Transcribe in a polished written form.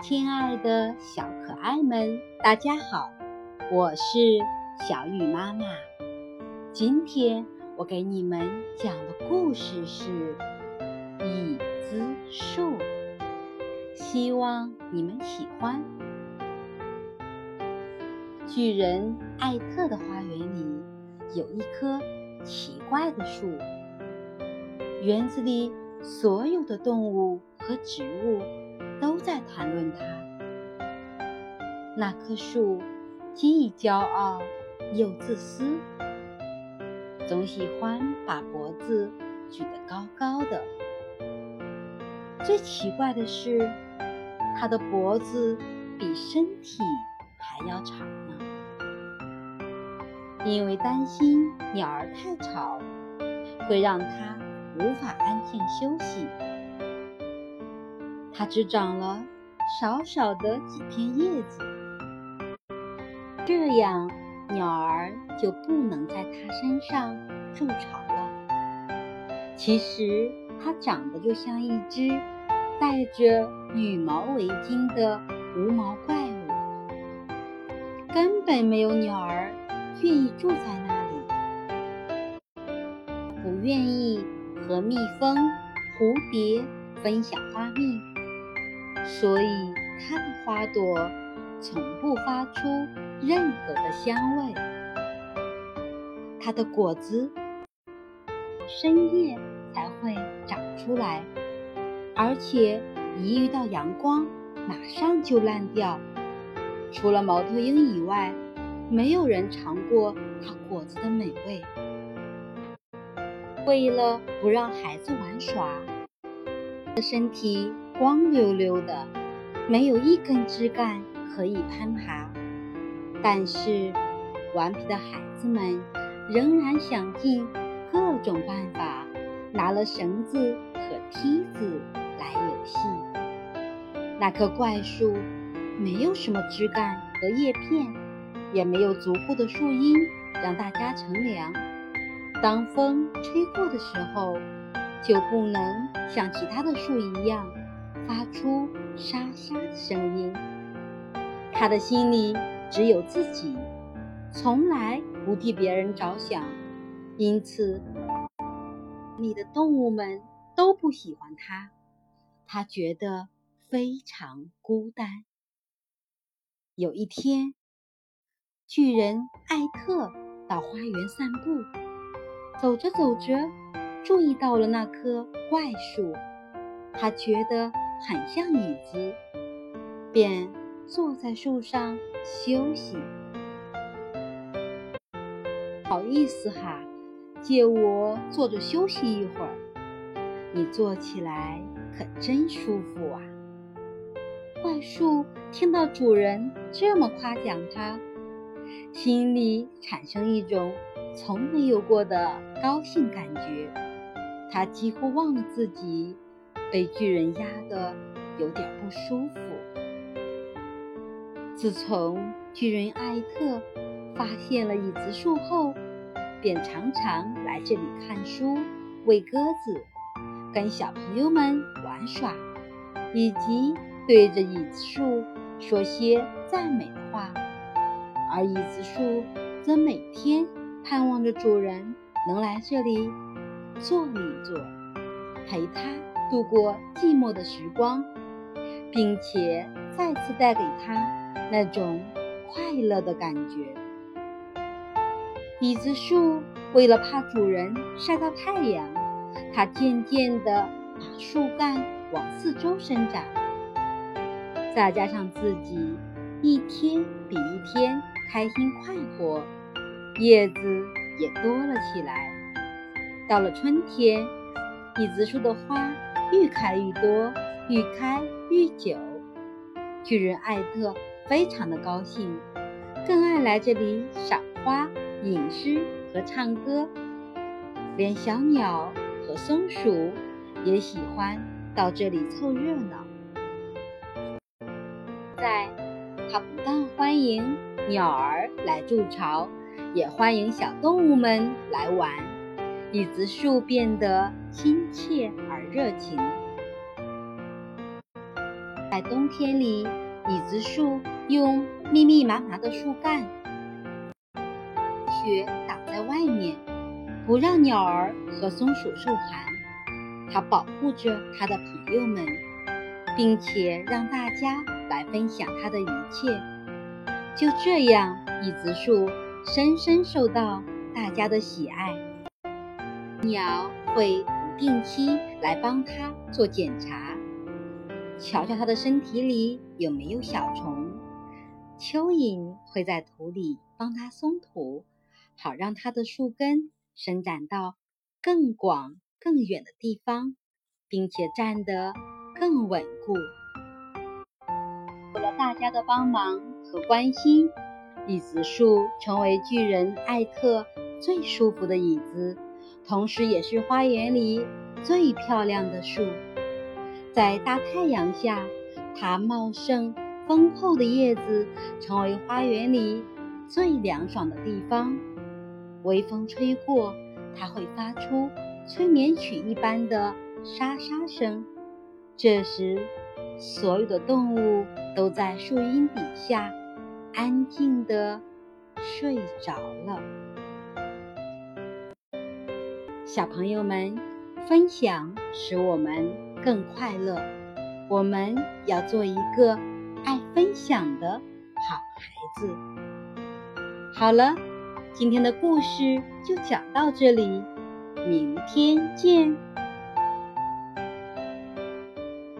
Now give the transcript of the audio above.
亲爱的小可爱们，大家好，我是小雨妈妈。今天我给你们讲的故事是椅子树，希望你们喜欢。巨人艾特的花园里有一棵奇怪的树，园子里所有的动物和植物都在谈论它。那棵树既骄傲又自私，总喜欢把脖子举得高高的。最奇怪的是，它的脖子比身体还要长呢。因为担心鸟儿太吵，会让它无法安静休息，它只长了少少的几片叶子，这样鸟儿就不能在它身上筑巢了。其实它长得就像一只戴着羽毛围巾的无毛怪物，根本没有鸟儿愿意住在那里，不愿意和蜜蜂、蝴蝶分享花蜜，所以它的花朵从不发出任何的香味。它的果子深夜才会长出来，而且一遇到阳光马上就烂掉。除了猫头鹰以外，没有人尝过它果子的美味。为了不让孩子玩耍，身体光溜溜的，没有一根枝干可以攀爬，但是顽皮的孩子们仍然想尽各种办法，拿了绳子和梯子来游戏。那棵怪树没有什么枝干和叶片，也没有足够的树荫让大家乘凉。当风吹过的时候，就不能像其他的树一样发出沙沙的声音。他的心里只有自己，从来不替别人着想，因此你的动物们都不喜欢他，他觉得非常孤单。有一天，巨人艾特到花园散步，走着走着注意到了那棵怪树，他觉得很像椅子，便坐在树上休息。不好意思哈，借我坐着休息一会儿，你坐起来可真舒服啊。怪树听到主人这么夸奖它，心里产生一种从没有过的高兴感觉。它几乎忘了自己被巨人压得有点不舒服。自从巨人艾特发现了椅子树后，便常常来这里看书、喂鸽子、跟小朋友们玩耍，以及对着椅子树说些赞美的话。而椅子树则每天盼望着主人能来这里坐一坐，陪他度过寂寞的时光，并且再次带给他那种快乐的感觉。椅子树为了怕主人晒到太阳，它渐渐地把树干往四周伸展，再加上自己一天比一天开心快活，叶子也多了起来。到了春天，椅子树的花愈开愈多，愈开愈久。巨人艾特非常的高兴，更爱来这里赏花、吟诗和唱歌，连小鸟和松鼠也喜欢到这里凑热闹。它不但欢迎鸟儿来筑巢，也欢迎小动物们来玩，椅子树变得亲切而热情。 在冬天里，椅子树用密密麻麻的树干雪挡在外面，不让鸟儿和松鼠受寒。它保护着它的朋友们，并且让大家来分享它的一切。就这样，椅子树深深受到大家的喜爱。鸟会不定期来帮它做检查，瞧瞧它的身体里有没有小虫。蚯蚓会在土里帮它松土，好让它的树根伸展到更广更远的地方，并且站得更稳固。有了大家的帮忙和关心，椅子树成为巨人艾特最舒服的椅子，同时也是花园里最漂亮的树。在大太阳下，它茂盛丰厚的叶子成为花园里最凉爽的地方。微风吹过，它会发出催眠曲一般的沙沙声。这时，所有的动物都在树荫底下安静地睡着了。小朋友们，分享使我们更快乐，我们要做一个爱分享的好孩子。好了，今天的故事就讲到这里，明天见。